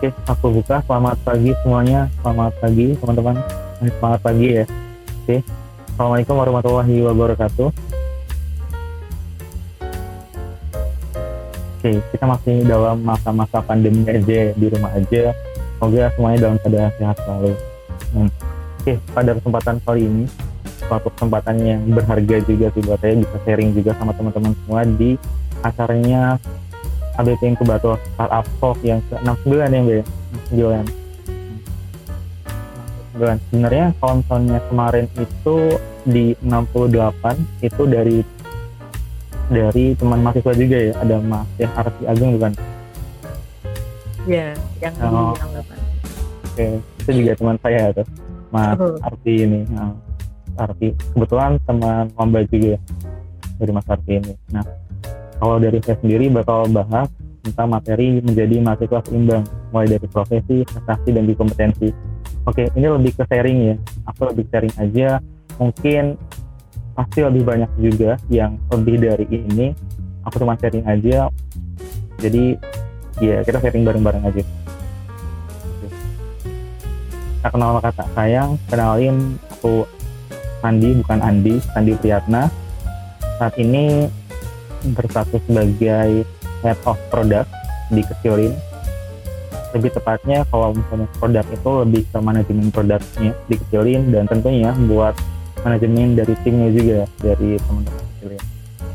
Oke, aku buka. Selamat pagi semuanya. Selamat pagi teman-teman. Selamat pagi ya. Oke. Assalamualaikum warahmatullahi wabarakatuh. Oke, kita masih dalam masa-masa pandemi aja, di rumah aja. Semoga semuanya dalam keadaan sehat selalu. Oke, pada kesempatan kali ini, suatu kesempatan yang berharga juga sih buat saya, bisa sharing juga sama teman-teman semua di acaranya ABP Inkubator Startup Talk yang ke-69 ya Mbak ya? 69. Sebenarnya kalau misalnya kemarin itu di 68 itu dari teman mahasiswa juga ya, ada Mas yang Arti Ageng bukan? Ya, yang di 68. Oke, itu juga teman saya tuh, Mas Arti ini. Arti, kebetulan teman lomba juga ya, dari Mas Arti ini. Nah, kalau dari saya sendiri bakal bahas tentang materi menjadi mahasiswa seimbang, mulai dari profesi, prestasi, dan juga kompetensi. Oke, ini lebih ke sharing ya. Aku lebih sharing aja. Mungkin pasti lebih banyak juga yang lebih dari ini. Aku cuma sharing aja. Jadi ya kita sharing bareng-bareng aja. Oke. Nah, kenal kata sayang, kenalin aku Andi, bukan Andi, Andi Priyatna. Saat ini berstatus sebagai Head of Product di Kecilin. Lebih tepatnya kalau misalnya produk itu lebih ke manajemen produknya di Kecilin, dan tentunya buat manajemen dari timnya juga, dari teman-teman Kecilin.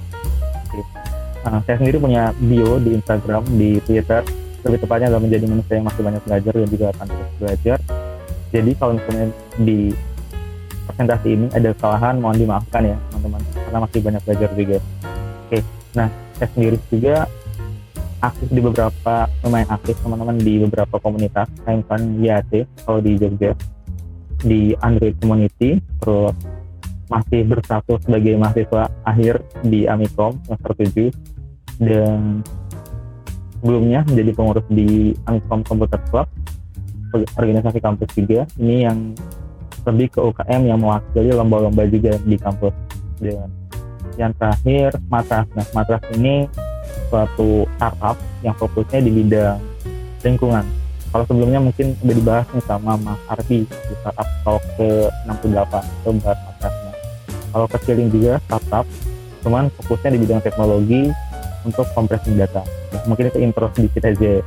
Saya sendiri punya bio di Instagram, di Twitter. Lebih tepatnya adalah menjadi manusia yang masih banyak belajar dan juga akan terus belajar. Jadi kalau misalnya di presentasi ini ada kesalahan, mohon dimaafkan ya teman-teman, karena masih banyak belajar juga. Oke, nah saya sendiri juga aktif di beberapa, lumayan aktif teman-teman di beberapa komunitas, kayak misalnya YAC kalau di Jogja, di Android Community, terus masih berstatus sebagai mahasiswa akhir di Amikom semester 7, dan sebelumnya menjadi pengurus di Amikom Computer Club, organisasi kampus juga. Ini yang lebih ke UKM yang mewakili lomba-lomba juga di kampus. Dan yang terakhir, Matras. Nah, Matras ini suatu startup yang fokusnya di bidang lingkungan. Kalau sebelumnya mungkin udah dibahas nih sama Mas Arti di Startup Talk ke-68, itu bahas Matrasnya. Kalau Kecilin juga startup, cuman fokusnya di bidang teknologi untuk compressing data. Ya, mungkin itu intro sedikit aja.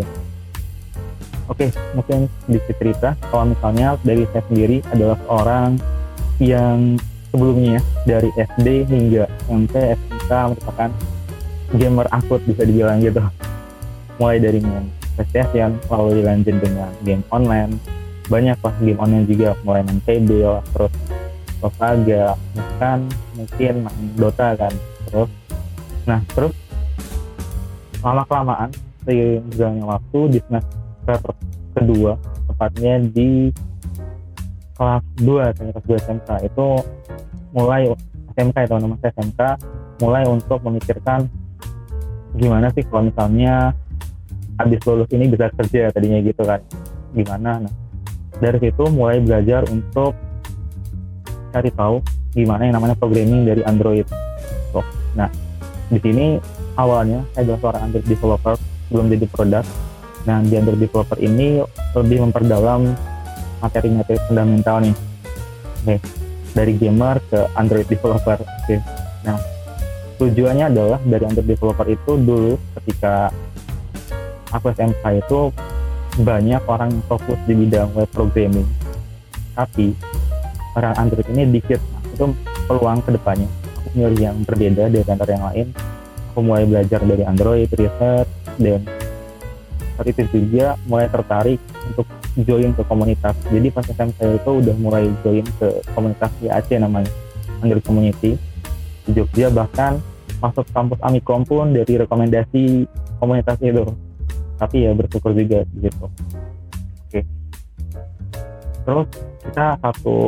Oke, mungkin sedikit cerita. Kalau misalnya dari saya sendiri adalah seorang yang sebelumnya dari SD hingga SMP, SMK merupakan gamer akut, bisa dibilang gitu. Mulai dari main PlayStation, lalu dilanjut dengan game online. Banyak lah game online juga, mulai main PB, terus Saga, bahkan mungkin main Dota kan. Terus lama-kelamaan seiring berjalannya waktu di semester kedua, tepatnya di kelas 2 SMK, itu mulai SMK ya teman-teman, SMK mulai untuk memikirkan gimana sih kalau misalnya habis lulus ini bisa kerja, tadinya gitu kan, gimana. Nah, dari situ mulai belajar untuk cari tahu gimana yang namanya programming dari Android. Nah, di sini awalnya saya adalah seorang Android developer, belum jadi produk. Nah, di Android developer ini lebih memperdalam materi-materi fundamental nih. Oke, dari gamer ke Android developer. Oke. Nah, tujuannya adalah dari Android developer itu dulu ketika aku SMK itu banyak orang yang fokus di bidang web programming, tapi orang Android ini dikit. Nah, itu peluang kedepannya. Aku milih yang berbeda dari antara yang lain. Aku mulai belajar dari Android, riset, dan saat itu juga mulai tertarik untuk join ke komunitas. Jadi pas SMK itu udah mulai join ke komunitas YAC namanya, Android Community di Jogja, bahkan masuk kampus Amikom pun dari rekomendasi komunitas itu. Tapi ya bersyukur juga gitu. Oke. Terus kita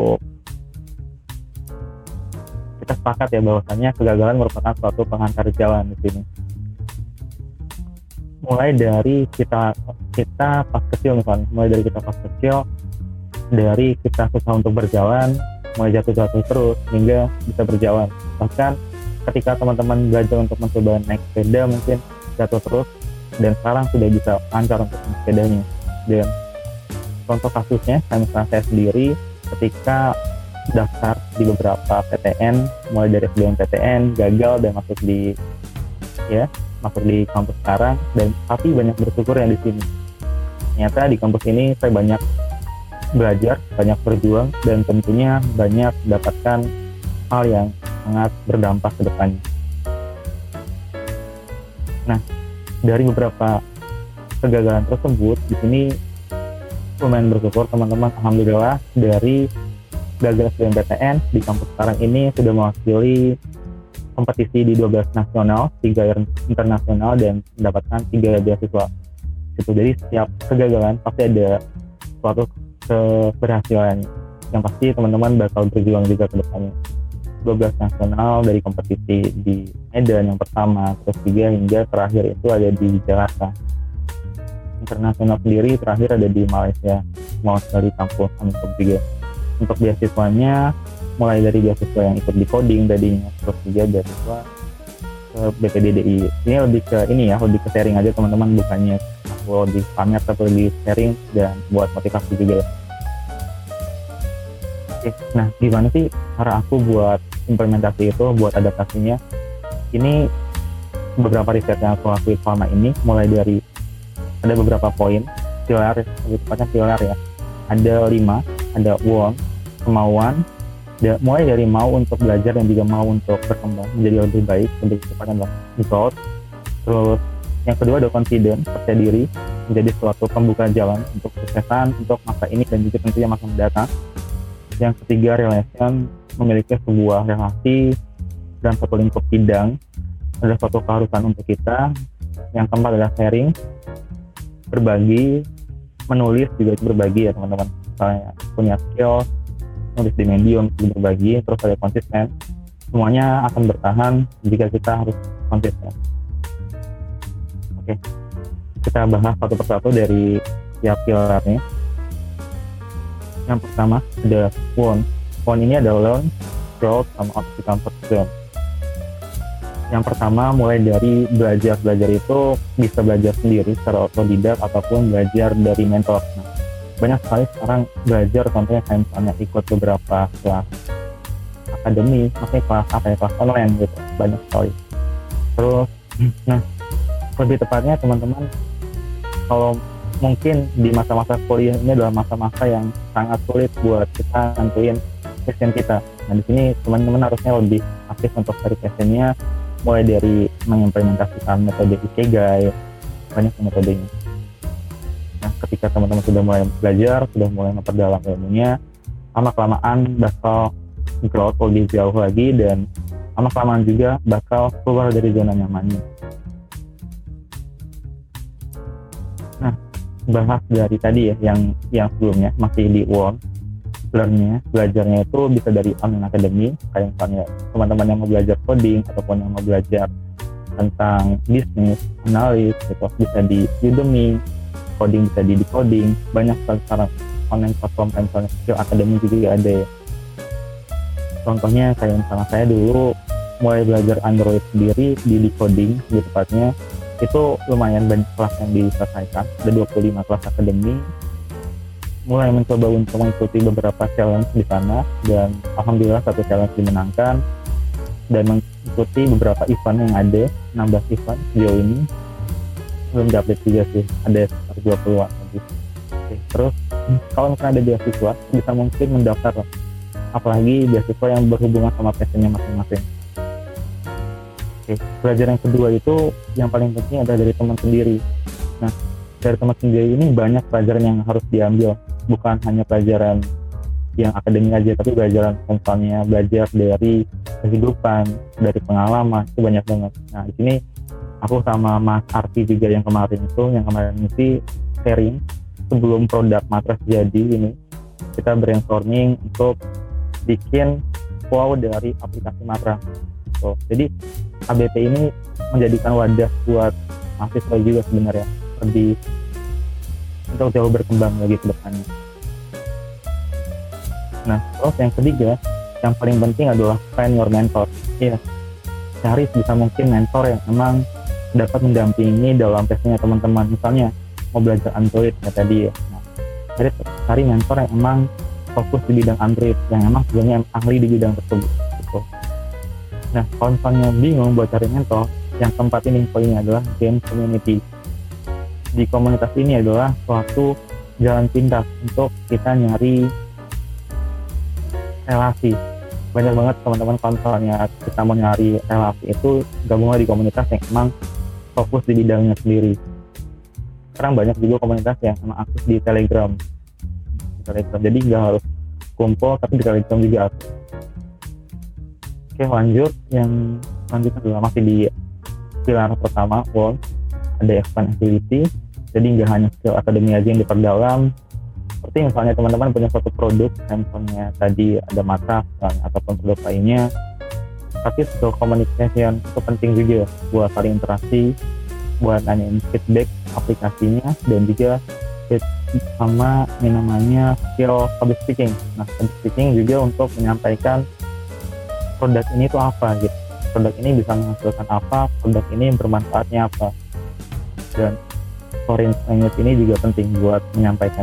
sepakat ya bahwasannya kegagalan merupakan suatu penghantar jalan di sini. Mulai dari kita pas kecil misalnya, dari kita susah untuk berjalan, mulai jatuh terus hingga bisa berjalan. Bahkan ketika teman-teman belajar untuk mencoba naik sepeda, mungkin jatuh terus, dan sekarang sudah bisa lancar untuk naik sepedanya. Dan contoh kasusnya, saya sendiri ketika daftar di beberapa PTN, mulai dari SBMPTN gagal dan masuk di kampus sekarang, dan tapi banyak bersyukur yang di sini. Ternyata di kampus ini saya banyak belajar, banyak berjuang, dan tentunya banyak mendapatkan hal yang sangat berdampak ke depannya. Nah, dari beberapa kegagalan tersebut, di sini lumayan bersyukur teman-teman, alhamdulillah dari gagal SBMPTN di kampus sekarang ini sudah mewakili kompetisi di 12 nasional, 3 internasional, dan mendapatkan 3 beasiswa. Jadi setiap kegagalan pasti ada suatu keberhasilan yang pasti teman-teman bakal berjuang juga ke depannya. 12 nasional dari kompetisi di Medan yang pertama, terus 3 hingga terakhir itu ada di Jakarta. Internasional sendiri terakhir ada di Malaysia, mewakili kampus Amikom juga. Untuk beasiswanya mulai dari beasiswa yang ikut di coding tadinya, terus juga beasiswa ke BPDDI. Ini lebih ke sharing aja teman-teman, bukannya aku di pamer atau di sharing dan buat motivasi juga. Oke, nah gimana sih cara aku buat implementasi itu, buat adaptasinya? Ini beberapa riset yang aku lakuin selama ini, mulai dari ada beberapa poin, pilar, lebih tepatnya pilar ya. Ada 5, ada want, kemauan, mulai dari mau untuk belajar dan juga mau untuk berkembang menjadi lebih baik, lebih tepatnya adalah growth. Terus yang kedua ada confidence, percaya diri, menjadi suatu pembuka jalan untuk kesuksesan untuk masa ini dan juga tentunya masa mendatang. Yang ketiga relation, memiliki sebuah relasi dan satu lingkup bidang, ada suatu keharusan untuk kita. Yang keempat adalah sharing, berbagi, menulis juga berbagi ya teman-teman. Misalnya punya skill, nulis di Medium, berbagi. Terus ada konsisten, semuanya akan bertahan jika kita harus konsisten. Oke, kita bahas satu persatu dari tiap pilarnya. Yang pertama ada want. Want ini ada learn, growth, sama opsi comfort zone. Yang pertama mulai dari belajar itu bisa belajar sendiri secara otodidak ataupun belajar dari mentor. Nah, banyak sekali sekarang belajar, contohnya kayak misalnya ikut beberapa kelas akademi, maksudnya kelas online gitu, banyak sekali. Terus, nah lebih tepatnya teman-teman, kalau mungkin di masa-masa kuliah ini adalah masa-masa yang sangat sulit buat kita nentuin passion kita. Nah di sini teman-teman harusnya lebih aktif untuk cari passionnya, mulai dari mengimplementasikan metode Ikigai, banyak metodenya. Nah ketika teman-teman sudah mulai belajar, sudah mulai memperdalam ilmunya, lama-kelamaan bakal growth lebih jauh lagi, dan lama-kelamaan juga bakal keluar dari zona nyamannya. Nah bahas dari tadi ya, yang sebelumnya masih di want, learn-nya, belajarnya itu bisa dari online academy, kayak misalnya teman-teman yang mau belajar coding ataupun yang mau belajar tentang bisnis, analis, gitu, bisa di Udemy, coding bisa di Decoding, banyak sekali sekarang online platform kayak misalnya Skill Academy juga ada ya. Contohnya kayak misalnya saya dulu mulai belajar Android sendiri di Decoding, di tepatnya itu lumayan banyak kelas yang diselesaikan, ada 25 kelas akademi. Mulai mencoba untuk mengikuti beberapa challenge di sana, dan alhamdulillah satu challenge dimenangkan, dan mengikuti beberapa event yang ada, 16 event sejauh ini. Belum update juga sih, ada sekitar 20-an lagi. Oke, terus kalau misalnya ada beasiswa, bisa mungkin mendaftar, apalagi beasiswa yang berhubungan sama passionnya masing-masing. Oke, pelajaran yang kedua itu yang paling penting adalah dari teman sendiri. Nah, dari teman sendiri ini banyak pelajaran yang harus diambil, bukan hanya pelajaran yang akademik aja, tapi pelajaran misalnya belajar dari kehidupan, dari pengalaman, itu banyak banget. Nah, di sini aku sama Mas Arti juga yang kemarin itu sharing sebelum produk matras jadi ini, kita brainstorming untuk bikin flow dari aplikasi matras. So, jadi ABP ini menjadikan wadah buat mahasiswa juga sebenarnya, lebih untuk jauh berkembang lagi ke depannya. Nah, terus yang ketiga, yang paling penting adalah find your mentor. Iya, cari bisa mungkin mentor yang memang dapat mendampingi dalam passionnya teman-teman. Misalnya mau belajar Android ya tadi ya. Nah, cari mentor yang emang fokus di bidang Android, yang emang sebenarnya ahli di bidang tersebut gitu. Nah, kalau misalnya bingung buat cari mentor, yang keempat ini poinnya adalah game community. Di komunitas ini adalah suatu jalan pintas untuk kita nyari relasi. Banyak banget teman-teman kalau misalnya kita mau nyari relasi itu gabunglah di komunitas yang emang fokus di bidangnya sendiri. Sekarang banyak juga komunitas yang emang aktif di Telegram. Jadi nggak harus kumpul, tapi di Telegram juga aktif. Oke, lanjut. Yang selanjutnya adalah masih di pilar pertama, wall. Ada expand ability. Jadi nggak hanya skill akademi aja yang diperdalam. Seperti misalnya teman-teman punya suatu produk, misalnya tadi ada mata ataupun produk lainnya, tapi skill communication itu penting juga buat saling interaksi, buat nanyain feedback aplikasinya, dan juga sama yang namanya skill public speaking. Nah, public speaking juga untuk menyampaikan produk ini tuh apa gitu, produk ini bisa menghasilkan apa, produk ini bermanfaatnya apa, dan foreign language ini juga penting buat menyampaikan.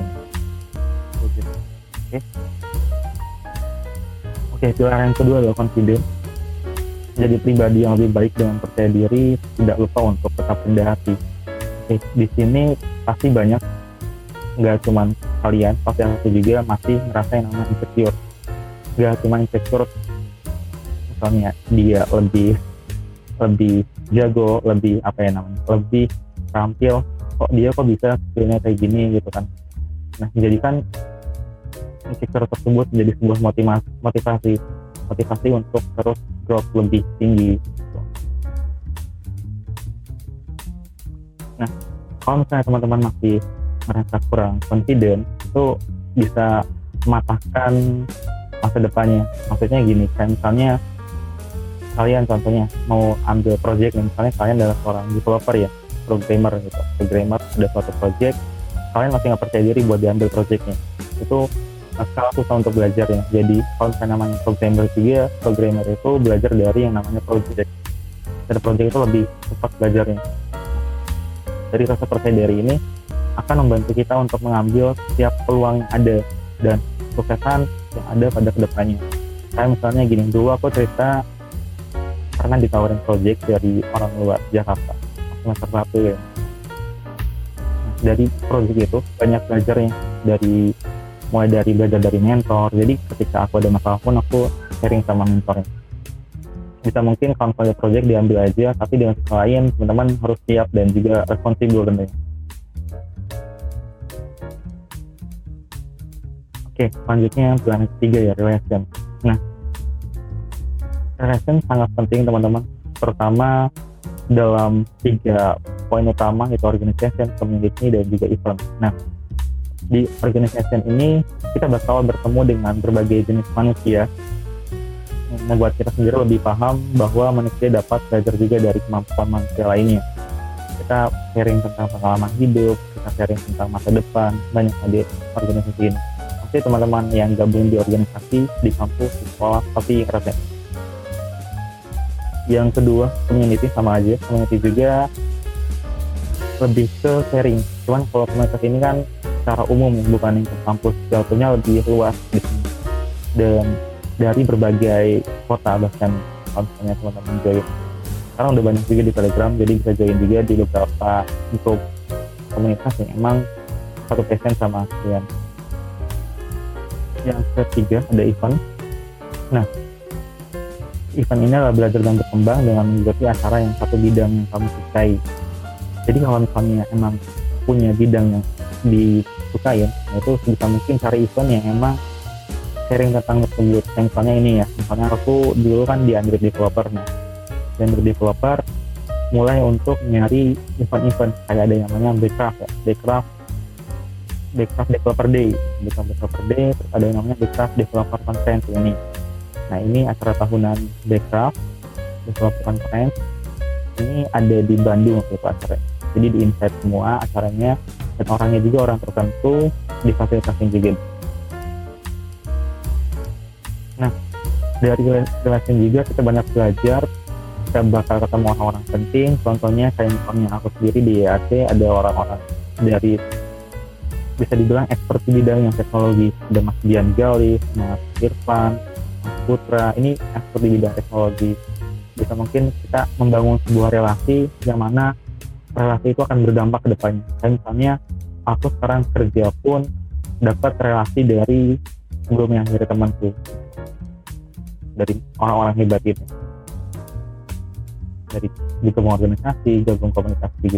Oke, pilar yang kedua adalah confidence. Jadi pribadi yang lebih baik dengan percaya diri, tidak lupa untuk tetap rendah hati. Oke, di sini pasti banyak, nggak cuma kalian, pasti aku juga masih merasa yang namanya insecure. Nggak cuma insecure, misalnya dia lebih jago, lebih lebih terampil, kok bisa skillnya kayak gini gitu kan. Nah, menjadikan insecure tersebut menjadi sebuah motivasi untuk terus growth lebih tinggi. Nah, kalau misalnya teman-teman masih merasa kurang confident, itu bisa mematahkan masa depannya. Maksudnya gini, kayak misalnya kalian contohnya mau ambil project, misalnya kalian adalah seorang developer ya, programmer ada suatu project, kalian masih nggak percaya diri buat diambil projectnya, itu skala susah untuk belajar ya. Jadi kalau misalnya namanya programmer itu belajar dari yang namanya project, dan project itu lebih cepat belajarnya. Dari rasa percaya diri ini akan membantu kita untuk mengambil setiap peluang yang ada dan kesuksesan yang ada pada kedepannya. Kayak misalnya gini, dulu aku cerita pernah ditawarin project dari orang luar Jakarta semester 1 ya. Nah, dari project itu banyak belajarnya, mulai dari belajar dari mentor. Jadi ketika aku ada masalah pun aku sharing sama mentornya. Bisa mungkin kalau project diambil aja, tapi dengan sisi lain teman-teman harus siap dan juga responsibel tentunya. Oke, selanjutnya pilar ketiga ya, relation. Nah, relation sangat penting teman-teman, terutama dalam 3 poin utama, yaitu organization, community, dan juga event. Nah, di organization ini kita bakal bertemu dengan berbagai jenis manusia, membuat kita sendiri lebih paham bahwa manusia dapat belajar juga dari kemampuan manusia lainnya. Kita sharing tentang pengalaman hidup, kita sharing tentang masa depan, banyak di organisasi ini. Pasti teman-teman yang gabung di organisasi, di kampus, di sekolah, pasti ngerasain. Yang kedua, community sama aja. Community juga lebih ke sharing. Cuman kalau komunitas ini kan secara umum, bukan yang ke kampus, jatuhnya lebih luas gitu. Dan dari berbagai kota bahkan, kalau misalnya teman-teman join. Sekarang udah banyak juga di Telegram, jadi bisa join juga di beberapa grup komunitas yang emang satu passion sama kalian. Yang ketiga ada event. Nah, event ini adalah belajar dan berkembang dengan mengikuti acara yang satu bidang yang kamu sukai. Jadi kalau misalnya emang punya bidang yang disukain, itu bisa mungkin cari event yang emang sharing tentang tersebut. Misalnya ini ya, misalnya aku dulu kan di Android developer, nah Android developer mulai untuk nyari event-event kayak ada yang namanya Backcraft Developer Day, terus ada yang namanya Backcraft Developer Conference ini. Nah, ini acara tahunan Backcraft Developer Conference ini ada di Bandung gitu acaranya. Jadi di invite semua acaranya, dan orangnya juga orang tertentu difasilitasin juga. Nah, dari relation juga kita banyak belajar, kita bakal ketemu orang-orang penting. Contohnya kayak misalnya aku sendiri di EAC ada orang-orang dari bisa dibilang expert di bidang yang teknologi. Ada Mas Dian Gali, Mas Irfan, Mas Putra, ini expert di bidang teknologi. Bisa mungkin kita membangun sebuah relasi yang mana relasi itu akan berdampak ke depannya. Kayak misalnya aku sekarang kerja pun dapat relasi dari sebelumnya, dari temanku, dari orang-orang hebat gitu, dari gabung organisasi, gabung komunitas juga.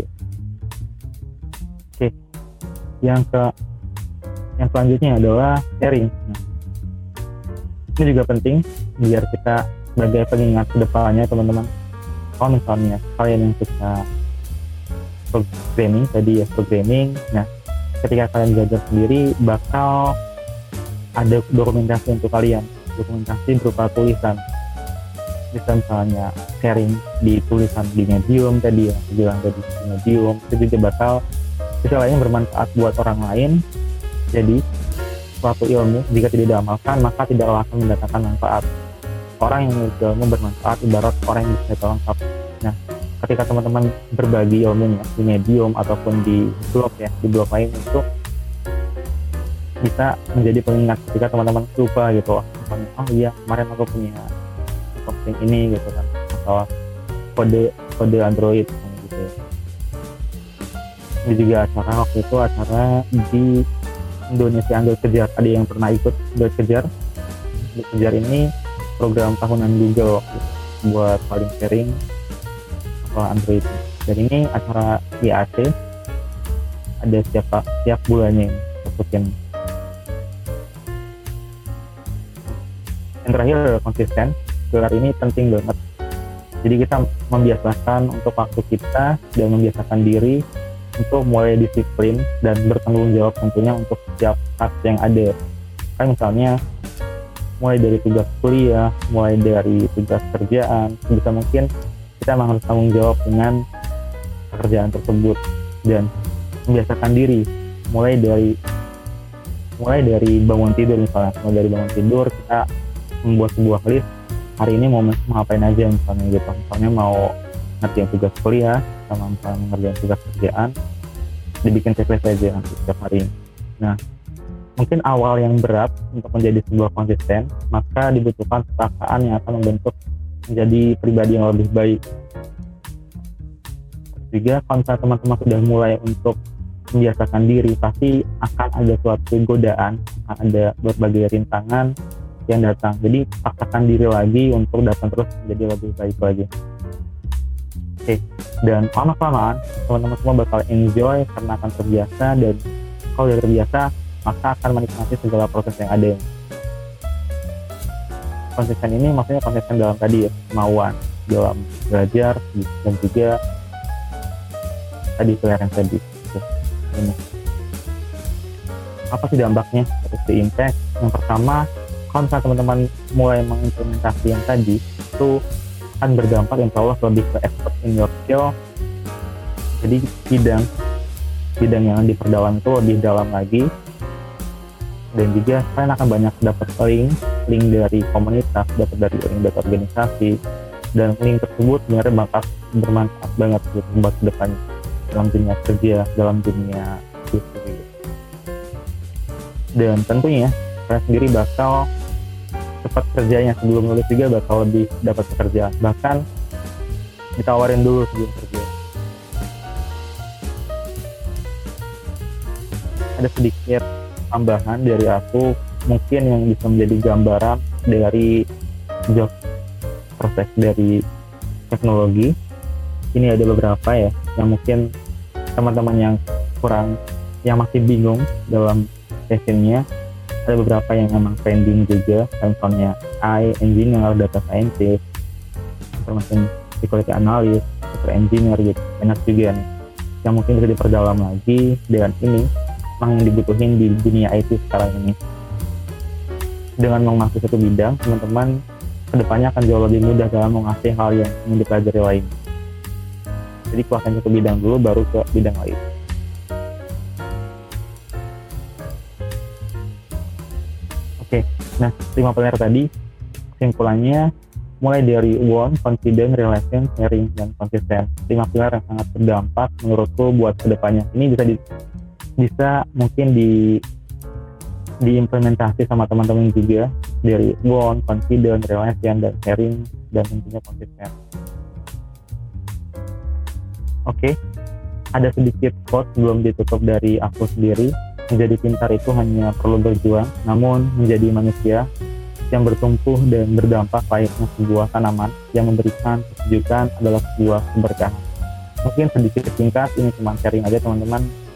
Oke, yang selanjutnya adalah sharing. Nah, ini juga penting biar kita sebagai pengingat kedepannya teman-teman. Kalau misalnya kalian yang suka programming, nah ketika kalian belajar sendiri bakal ada dokumentasi untuk kalian, dokumentasi berupa tulisan. Bisa misalnya sharing di tulisan di Medium tadi ya, bilang tadi di Medium, itu juga bakal bisa lainnya bermanfaat buat orang lain. Jadi suatu ilmu jika tidak diamalkan maka tidaklah akan mendatangkan manfaat. Orang yang memiliki ilmu bermanfaat ibarat orang yang bisa lengkap. Nah, ketika teman-teman berbagi ilmunya di Medium ataupun di blog ya, di blog lain, itu bisa menjadi pengingat ketika teman-teman lupa gitu. Misalnya, oh iya kemarin aku punya posting ini gitu kan, atau kode Android gitu ya. Ini juga acara waktu itu, acara di Indonesia Android Kejar. Ada yang pernah ikut Android Kejar? Android Kejar ini program tahunan Google waktu itu, buat paling sharing soal Android. Dan ini acara IAC, ada setiap bulannya sebutin. Yang terakhir adalah konsisten. Pilar ini penting banget. Jadi kita membiasakan untuk waktu kita dan membiasakan diri untuk mulai disiplin dan bertanggung jawab tentunya untuk setiap task yang ada. Kayak misalnya mulai dari tugas kuliah, mulai dari tugas kerjaan, sebisa mungkin kita memang harus tanggung jawab dengan pekerjaan tersebut dan membiasakan diri mulai dari bangun tidur misalnya. Mulai dari bangun tidur kita membuat sebuah list, hari ini mau ngapain aja misalnya gitu. Misalnya mau ngerjain tugas kuliah sama misalnya ngerjain tugas kerjaan, dibikin checklist aja nanti setiap hari. Nah, mungkin awal yang berat untuk menjadi sebuah konsisten, maka dibutuhkan perasaan yang akan membentuk menjadi pribadi yang lebih baik. Juga kalau misalnya teman-teman sudah mulai untuk membiasakan diri, pasti akan ada suatu godaan, akan ada berbagai rintangan yang datang. Jadi paksakan diri lagi untuk datang terus menjadi lebih baik lagi. Oke, dan lama-kelamaan teman-teman semua bakal enjoy karena akan terbiasa, dan kalau sudah terbiasa maka akan menikmati segala proses yang ada. Konsisten ini maksudnya konsisten dalam tadi ya, kemauan dalam belajar dan juga tadi pilar yang tadi. Ini apa sih dampaknya atau the impact? Yang pertama, kalau misalnya teman-teman mulai mengimplementasi yang tadi, itu akan berdampak insya Allah lebih ke expert in your skill. Jadi bidang yang diperdalam itu lebih dalam lagi, dan juga kalian akan banyak dapat link dari komunitas, dapat dari link dari organisasi, dan link tersebut sebenarnya bakal bermanfaat banget buat kedepannya dalam dunia kerja, dalam dunia industri. Dan tentunya kalian sendiri bakal cepat kerjanya, sebelum lulus juga bakal lebih dapat pekerjaan, bahkan ditawarin dulu sebelum kerja. Ada sedikit tambahan dari aku mungkin yang bisa menjadi gambaran dari job prospek dari teknologi. Ini ada beberapa ya yang mungkin teman-teman yang masih bingung dalam passionnya. Ada beberapa yang memang trending juga, contohnya AI engineer, data scientist, information security analyst, software engineer gitu. Banyak juga nih yang mungkin bisa diperdalam lagi, dan ini memang dibutuhin di dunia IT sekarang ini. Dengan menguasai satu bidang, teman-teman kedepannya akan jauh lebih mudah dalam menguasai hal yang ingin dipelajari lain. Jadi kuasain satu bidang dulu, baru ke bidang lain. Oke, nah 5 pilar tadi kesimpulannya mulai dari want, confident, relation, sharing, dan konsisten. 5 pilar yang sangat berdampak menurutku buat kedepannya. Ini bisa bisa mungkin diimplementasi sama teman-teman juga, dari bond, confident, relation, dan sharing, dan tentunya konsisten. Oke, ada sedikit quote sebelum ditutup dari aku sendiri. Menjadi pintar itu hanya perlu berjuang, namun menjadi manusia yang bertumbuh dan berdampak layaknya sebuah tanaman yang memberikan kesejukan adalah sebuah keberkahan. Mungkin sedikit singkat, ini cuma sharing aja teman-teman.